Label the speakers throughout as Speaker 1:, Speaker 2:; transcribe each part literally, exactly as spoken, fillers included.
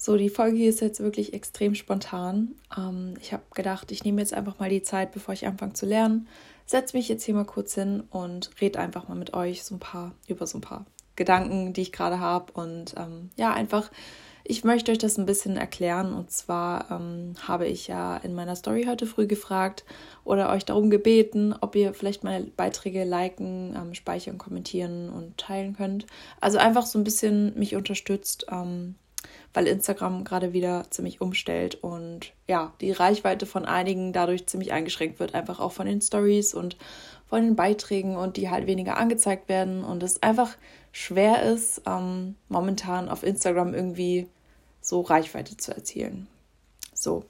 Speaker 1: So, die Folge hier ist jetzt wirklich extrem spontan. Ähm, ich habe gedacht, ich nehme jetzt einfach mal die Zeit, bevor ich anfange zu lernen, setze mich jetzt hier mal kurz hin und rede einfach mal mit euch so ein paar über so ein paar Gedanken, die ich gerade habe. Und ähm, ja, einfach, ich möchte euch das ein bisschen erklären. Und zwar ähm, habe ich ja in meiner Story heute früh gefragt oder euch darum gebeten, ob ihr vielleicht meine Beiträge liken, ähm, speichern, kommentieren und teilen könnt. Also einfach so ein bisschen mich unterstützt, ähm, weil Instagram gerade wieder ziemlich umstellt und ja, die Reichweite von einigen dadurch ziemlich eingeschränkt wird, einfach auch von den Stories und von den Beiträgen und die halt weniger angezeigt werden und es einfach schwer ist, ähm, momentan auf Instagram irgendwie so Reichweite zu erzielen. So.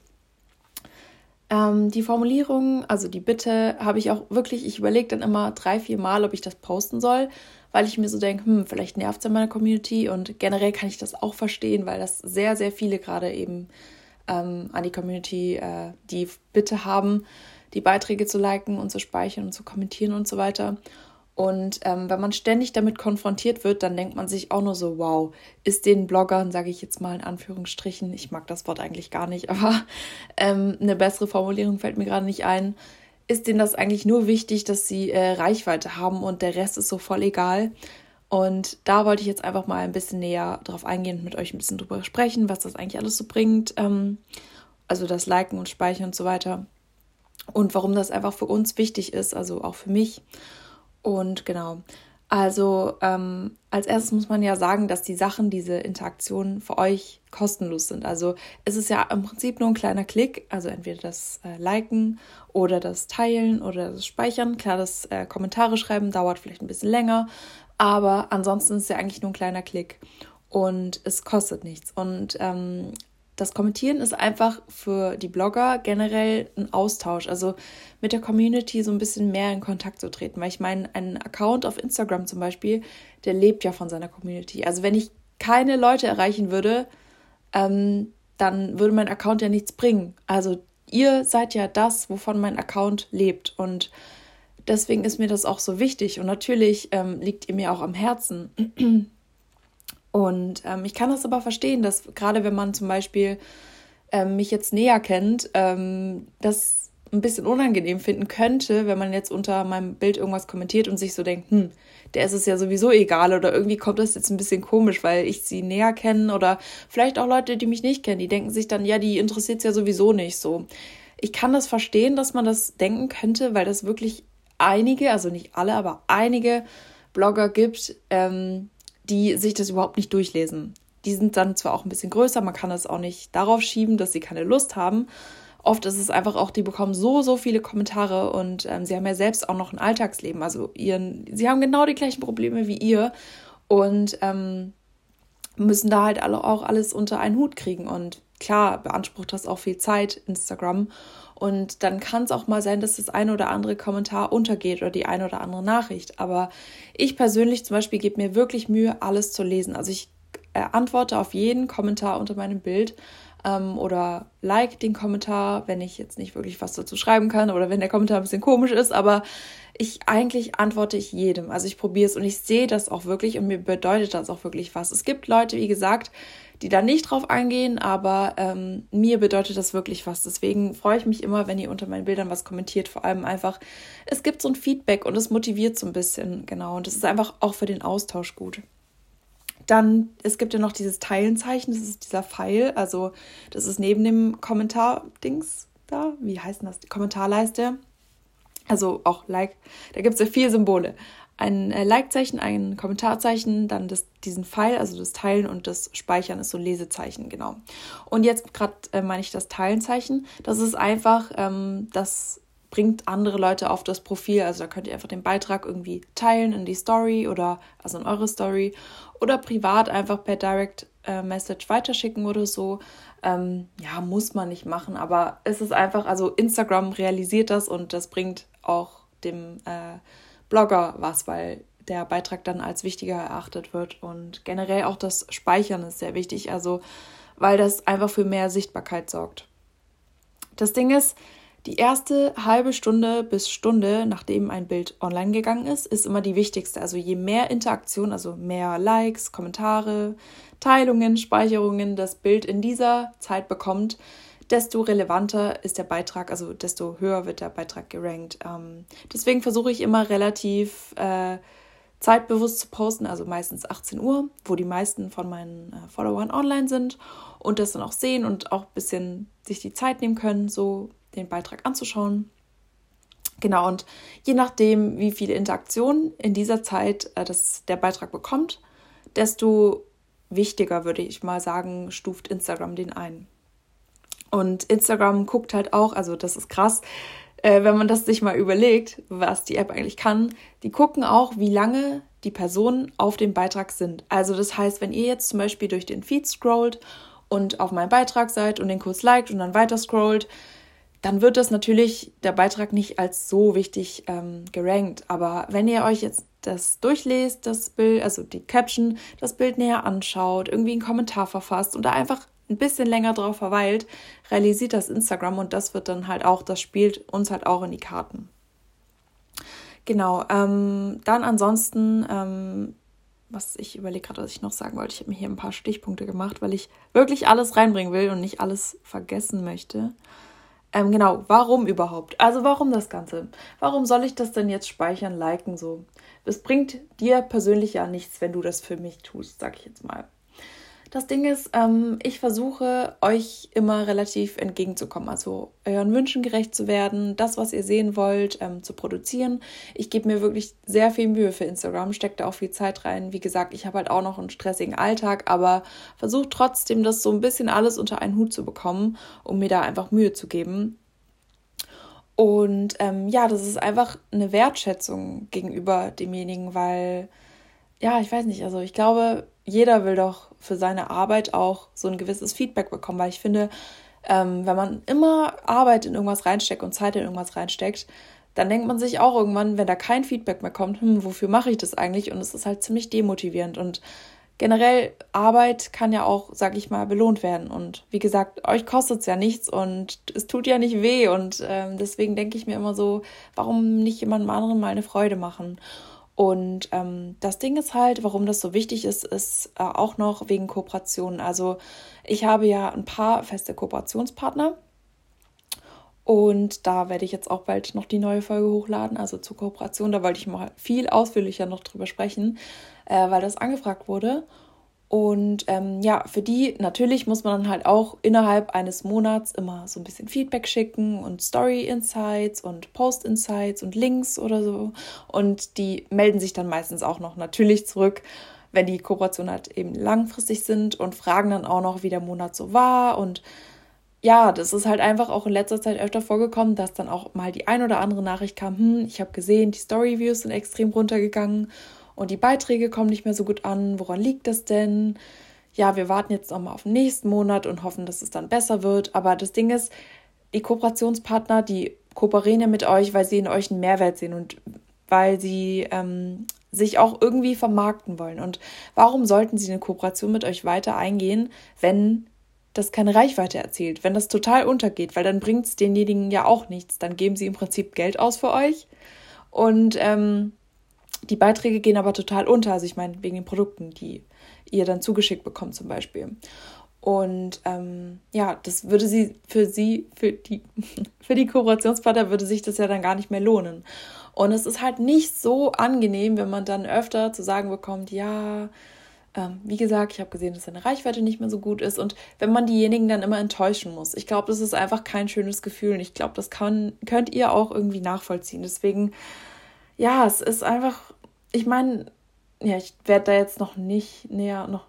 Speaker 1: Ähm, die Formulierung, also die Bitte, habe ich auch wirklich, ich überlege dann immer drei, vier Mal, ob ich das posten soll, weil ich mir so denke, hm, vielleicht nervt es in meiner Community und generell kann ich das auch verstehen, weil das sehr, sehr viele gerade eben ähm, an die Community äh, die Bitte haben, die Beiträge zu liken und zu speichern und zu kommentieren und so weiter. Und ähm, wenn man ständig damit konfrontiert wird, dann denkt man sich auch nur so, wow, ist den Bloggern, sage ich jetzt mal in Anführungsstrichen, ich mag das Wort eigentlich gar nicht, aber ähm, eine bessere Formulierung fällt mir gerade nicht ein, ist denen das eigentlich nur wichtig, dass sie äh, Reichweite haben und der Rest ist so voll egal. Und da wollte ich jetzt einfach mal ein bisschen näher drauf eingehen und mit euch ein bisschen drüber sprechen, was das eigentlich alles so bringt. Ähm, also das Liken und Speichern und so weiter. Und warum das einfach für uns wichtig ist, also auch für mich. Und genau, also ähm, als erstes muss man ja sagen, dass die Sachen, diese Interaktionen für euch kostenlos sind. Also es ist ja im Prinzip nur ein kleiner Klick, also entweder das äh, Liken oder das Teilen oder das Speichern. Klar, das äh, Kommentare schreiben dauert vielleicht ein bisschen länger, aber ansonsten ist es ja eigentlich nur ein kleiner Klick und es kostet nichts. Und ähm, das Kommentieren ist einfach für die Blogger generell ein Austausch, also mit der Community so ein bisschen mehr in Kontakt zu treten, weil ich meine, ein Account auf Instagram zum Beispiel, der lebt ja von seiner Community. Also wenn ich keine Leute erreichen würde, ähm, dann würde mein Account ja nichts bringen. Also ihr seid ja das, wovon mein Account lebt und deswegen ist mir das auch so wichtig und natürlich ähm, liegt ihr mir auch am Herzen. Und ähm, ich kann das aber verstehen, dass gerade wenn man zum Beispiel ähm, mich jetzt näher kennt, ähm, das ein bisschen unangenehm finden könnte, wenn man jetzt unter meinem Bild irgendwas kommentiert und sich so denkt, hm, der ist es ja sowieso egal oder irgendwie kommt das jetzt ein bisschen komisch, weil ich sie näher kenne oder vielleicht auch Leute, die mich nicht kennen, die denken sich dann, ja, die interessiert es ja sowieso nicht so. Ich kann das verstehen, dass man das denken könnte, weil das wirklich einige, also nicht alle, aber einige Blogger gibt, ähm, die sich das überhaupt nicht durchlesen. Die sind dann zwar auch ein bisschen größer, man kann das auch nicht darauf schieben, dass sie keine Lust haben. Oft ist es einfach auch, die bekommen so, so viele Kommentare und ähm, sie haben ja selbst auch noch ein Alltagsleben. Also ihren, sie haben genau die gleichen Probleme wie ihr und ähm, müssen da halt alle auch alles unter einen Hut kriegen. Und klar beansprucht das auch viel Zeit, Instagram. Und dann kann es auch mal sein, dass das eine oder andere Kommentar untergeht oder die eine oder andere Nachricht. Aber ich persönlich zum Beispiel gebe mir wirklich Mühe, alles zu lesen. Also ich äh, antworte auf jeden Kommentar unter meinem Bild ähm, oder like den Kommentar, wenn ich jetzt nicht wirklich was dazu schreiben kann oder wenn der Kommentar ein bisschen komisch ist. Aber ich eigentlich antworte ich jedem. Also ich probiere es und ich sehe das auch wirklich und mir bedeutet das auch wirklich was. Es gibt Leute, wie gesagt, die da nicht drauf eingehen, aber ähm, mir bedeutet das wirklich was. Deswegen freue ich mich immer, wenn ihr unter meinen Bildern was kommentiert. Vor allem einfach, es gibt so ein Feedback und es motiviert so ein bisschen, genau. Und es ist einfach auch für den Austausch gut. Dann, es gibt ja noch dieses Teilenzeichen, das ist dieser Pfeil, also das ist neben dem Kommentar-Dings da, wie heißt denn das, die Kommentarleiste, also auch Like, da gibt es ja vier Symbole. Ein äh, Like-Zeichen, ein Kommentarzeichen, dann das, diesen Pfeil, also das Teilen und das Speichern ist so Lesezeichen, genau. Und jetzt gerade äh, meine ich das Teilenzeichen, das ist einfach, ähm, das bringt andere Leute auf das Profil, also da könnt ihr einfach den Beitrag irgendwie teilen in die Story oder also in eure Story oder privat einfach per Direct äh, Message weiterschicken oder so. Ähm, ja, muss man nicht machen, aber es ist einfach, also Instagram realisiert das und das bringt auch dem äh, Blogger was, weil der Beitrag dann als wichtiger erachtet wird und generell auch das Speichern ist sehr wichtig, also weil das einfach für mehr Sichtbarkeit sorgt. Das Ding ist, Die erste halbe Stunde bis Stunde, nachdem ein Bild online gegangen ist, ist immer die wichtigste. Also je mehr Interaktion, also mehr Likes, Kommentare, Teilungen, Speicherungen das Bild in dieser Zeit bekommt, desto relevanter ist der Beitrag, also desto höher wird der Beitrag gerankt. Ähm, deswegen versuche ich immer relativ äh, zeitbewusst zu posten, also meistens achtzehn Uhr, wo die meisten von meinen äh, Followern online sind und das dann auch sehen und auch ein bisschen sich die Zeit nehmen können, so den Beitrag anzuschauen. Genau, und je nachdem, wie viele Interaktionen in dieser Zeit äh, das, der Beitrag bekommt, desto wichtiger, würde ich mal sagen, stuft Instagram den ein. Und Instagram guckt halt auch, also das ist krass, äh, wenn man das sich mal überlegt, was die App eigentlich kann, die gucken auch, wie lange die Personen auf dem Beitrag sind. Also das heißt, wenn ihr jetzt zum Beispiel durch den Feed scrollt und auf meinen Beitrag seid und den kurz liked und dann weiter scrollt, dann wird das natürlich der Beitrag nicht als so wichtig ähm, gerankt. Aber wenn ihr euch jetzt das durchlest, das Bild, also die Caption, das Bild näher anschaut, irgendwie einen Kommentar verfasst und da einfach ein bisschen länger drauf verweilt, realisiert das Instagram und das wird dann halt auch, das spielt uns halt auch in die Karten. Genau, ähm, dann ansonsten, ähm, was ich überlege gerade, was ich noch sagen wollte, ich habe mir hier ein paar Stichpunkte gemacht, weil ich wirklich alles reinbringen will und nicht alles vergessen möchte. Ähm, genau, warum überhaupt? Also warum das Ganze? Warum soll ich das denn jetzt speichern, liken, so? Das bringt dir persönlich ja nichts, wenn du das für mich tust, sag ich jetzt mal. Das Ding ist, ähm, ich versuche, euch immer relativ entgegenzukommen, also euren Wünschen gerecht zu werden, das, was ihr sehen wollt, ähm, zu produzieren. Ich gebe mir wirklich sehr viel Mühe für Instagram, stecke da auch viel Zeit rein. Wie gesagt, ich habe halt auch noch einen stressigen Alltag, aber versuche trotzdem, das so ein bisschen alles unter einen Hut zu bekommen, um mir da einfach Mühe zu geben. Und ähm, ja, das ist einfach eine Wertschätzung gegenüber demjenigen, weil, ja, ich weiß nicht, also ich glaube, jeder will doch für seine Arbeit auch so ein gewisses Feedback bekommen, weil ich finde, ähm, wenn man immer Arbeit in irgendwas reinsteckt und Zeit in irgendwas reinsteckt, dann denkt man sich auch irgendwann, wenn da kein Feedback mehr kommt, hm, wofür mache ich das eigentlich? Und es ist halt ziemlich demotivierend und generell Arbeit kann ja auch, sag ich mal, belohnt werden und wie gesagt, euch kostet es ja nichts und es tut ja nicht weh und ähm, deswegen denke ich mir immer so, warum nicht jemandem anderen mal eine Freude machen? Und ähm, das Ding ist halt, warum das so wichtig ist, ist äh, auch noch wegen Kooperationen. Also ich habe ja ein paar feste Kooperationspartner und da werde ich jetzt auch bald noch die neue Folge hochladen, also zur Kooperation. Da wollte ich mal viel ausführlicher noch drüber sprechen, äh, weil das angefragt wurde. Und ähm, ja, für die natürlich muss man dann halt auch innerhalb eines Monats immer so ein bisschen Feedback schicken und Story-Insights und Post-Insights und Links oder so. Und die melden sich dann meistens auch noch natürlich zurück, wenn die Kooperationen halt eben langfristig sind und fragen dann auch noch, wie der Monat so war. Und ja, das ist halt einfach auch in letzter Zeit öfter vorgekommen, dass dann auch mal die ein oder andere Nachricht kam, hm, ich habe gesehen, die Story-Views sind extrem runtergegangen. Und die Beiträge kommen nicht mehr so gut an. Woran liegt das denn? Ja, wir warten jetzt nochmal auf den nächsten Monat und hoffen, dass es dann besser wird. Aber das Ding ist, die Kooperationspartner, die kooperieren ja mit euch, weil sie in euch einen Mehrwert sehen und weil sie ähm, sich auch irgendwie vermarkten wollen. Und warum sollten sie eine Kooperation mit euch weiter eingehen, wenn das keine Reichweite erzielt, wenn das total untergeht? Weil dann bringt es denjenigen ja auch nichts. Dann geben sie im Prinzip Geld aus für euch und ähm, die Beiträge gehen aber total unter, also ich meine wegen den Produkten, die ihr dann zugeschickt bekommt zum Beispiel. Und ähm, ja, das würde sie für sie, für die, für die Kooperationspartner würde sich das ja dann gar nicht mehr lohnen. Und es ist halt nicht so angenehm, wenn man dann öfter zu sagen bekommt, ja, ähm, wie gesagt, ich habe gesehen, dass seine Reichweite nicht mehr so gut ist. Und wenn man diejenigen dann immer enttäuschen muss. Ich glaube, das ist einfach kein schönes Gefühl. Und ich glaube, das kann, könnt ihr auch irgendwie nachvollziehen. Deswegen, ja, es ist einfach, ich meine, ja, ich werde da jetzt noch nicht näher, noch,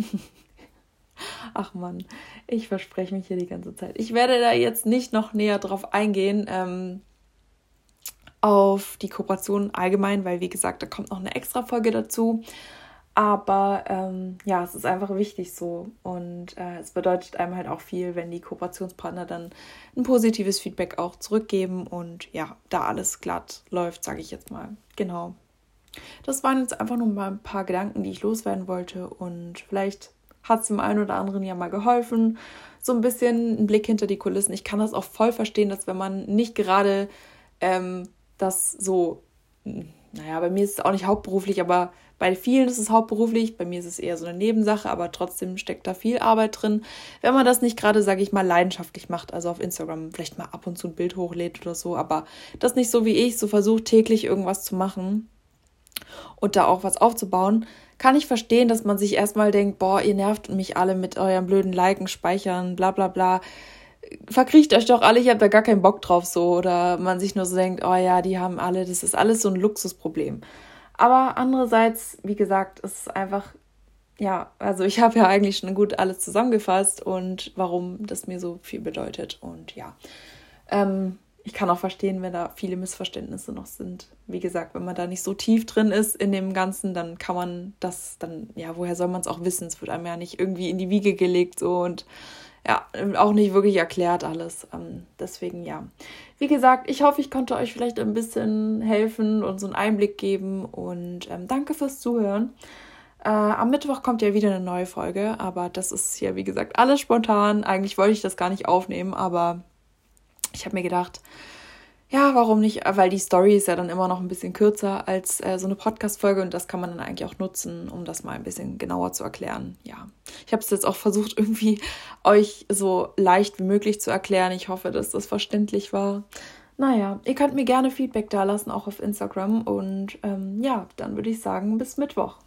Speaker 1: ach Mann, ich verspreche mich hier die ganze Zeit. Ich werde da jetzt nicht noch näher drauf eingehen, ähm, auf die Kooperation allgemein, weil wie gesagt, da kommt noch eine extra Folge dazu. Aber ähm, ja, es ist einfach wichtig so und äh, es bedeutet einem halt auch viel, wenn die Kooperationspartner dann ein positives Feedback auch zurückgeben und ja, da alles glatt läuft, sage ich jetzt mal. Genau. Das waren jetzt einfach nur mal ein paar Gedanken, die ich loswerden wollte und vielleicht hat es dem einen oder anderen ja mal geholfen. So ein bisschen ein Blick hinter die Kulissen. Ich kann das auch voll verstehen, dass wenn man nicht gerade ähm, das so, naja, bei mir ist es auch nicht hauptberuflich, aber bei vielen ist es hauptberuflich, bei mir ist es eher so eine Nebensache, aber trotzdem steckt da viel Arbeit drin. Wenn man das nicht gerade, sage ich mal, leidenschaftlich macht, also auf Instagram vielleicht mal ab und zu ein Bild hochlädt oder so, aber das nicht so wie ich, so versucht täglich irgendwas zu machen und da auch was aufzubauen, kann ich verstehen, dass man sich erstmal denkt, boah, ihr nervt mich alle mit euren blöden Liken, Speichern, bla bla bla. Verkriecht euch doch alle, ich habe da gar keinen Bock drauf so. Oder man sich nur so denkt, oh ja, die haben alle, das ist alles so ein Luxusproblem. Aber andererseits, wie gesagt, ist es einfach, ja, also ich habe ja eigentlich schon gut alles zusammengefasst und warum das mir so viel bedeutet. Und ja, ähm, ich kann auch verstehen, wenn da viele Missverständnisse noch sind. Wie gesagt, wenn man da nicht so tief drin ist in dem Ganzen, dann kann man das dann, ja, woher soll man es auch wissen? Es wird einem ja nicht irgendwie in die Wiege gelegt so und ja, auch nicht wirklich erklärt alles. Ähm, deswegen ja. Wie gesagt, ich hoffe, ich konnte euch vielleicht ein bisschen helfen und so einen Einblick geben und ähm, danke fürs Zuhören. Äh, am Mittwoch kommt ja wieder eine neue Folge, aber das ist hier, wie gesagt, alles spontan. Eigentlich wollte ich das gar nicht aufnehmen, aber ich habe mir gedacht, ja, warum nicht? Weil die Story ist ja dann immer noch ein bisschen kürzer als äh, so eine Podcast-Folge und das kann man dann eigentlich auch nutzen, um das mal ein bisschen genauer zu erklären. Ja, ich habe es jetzt auch versucht, irgendwie euch so leicht wie möglich zu erklären. Ich hoffe, dass das verständlich war. Naja, ihr könnt mir gerne Feedback dalassen, auch auf Instagram und ähm, ja, dann würde ich sagen, bis Mittwoch.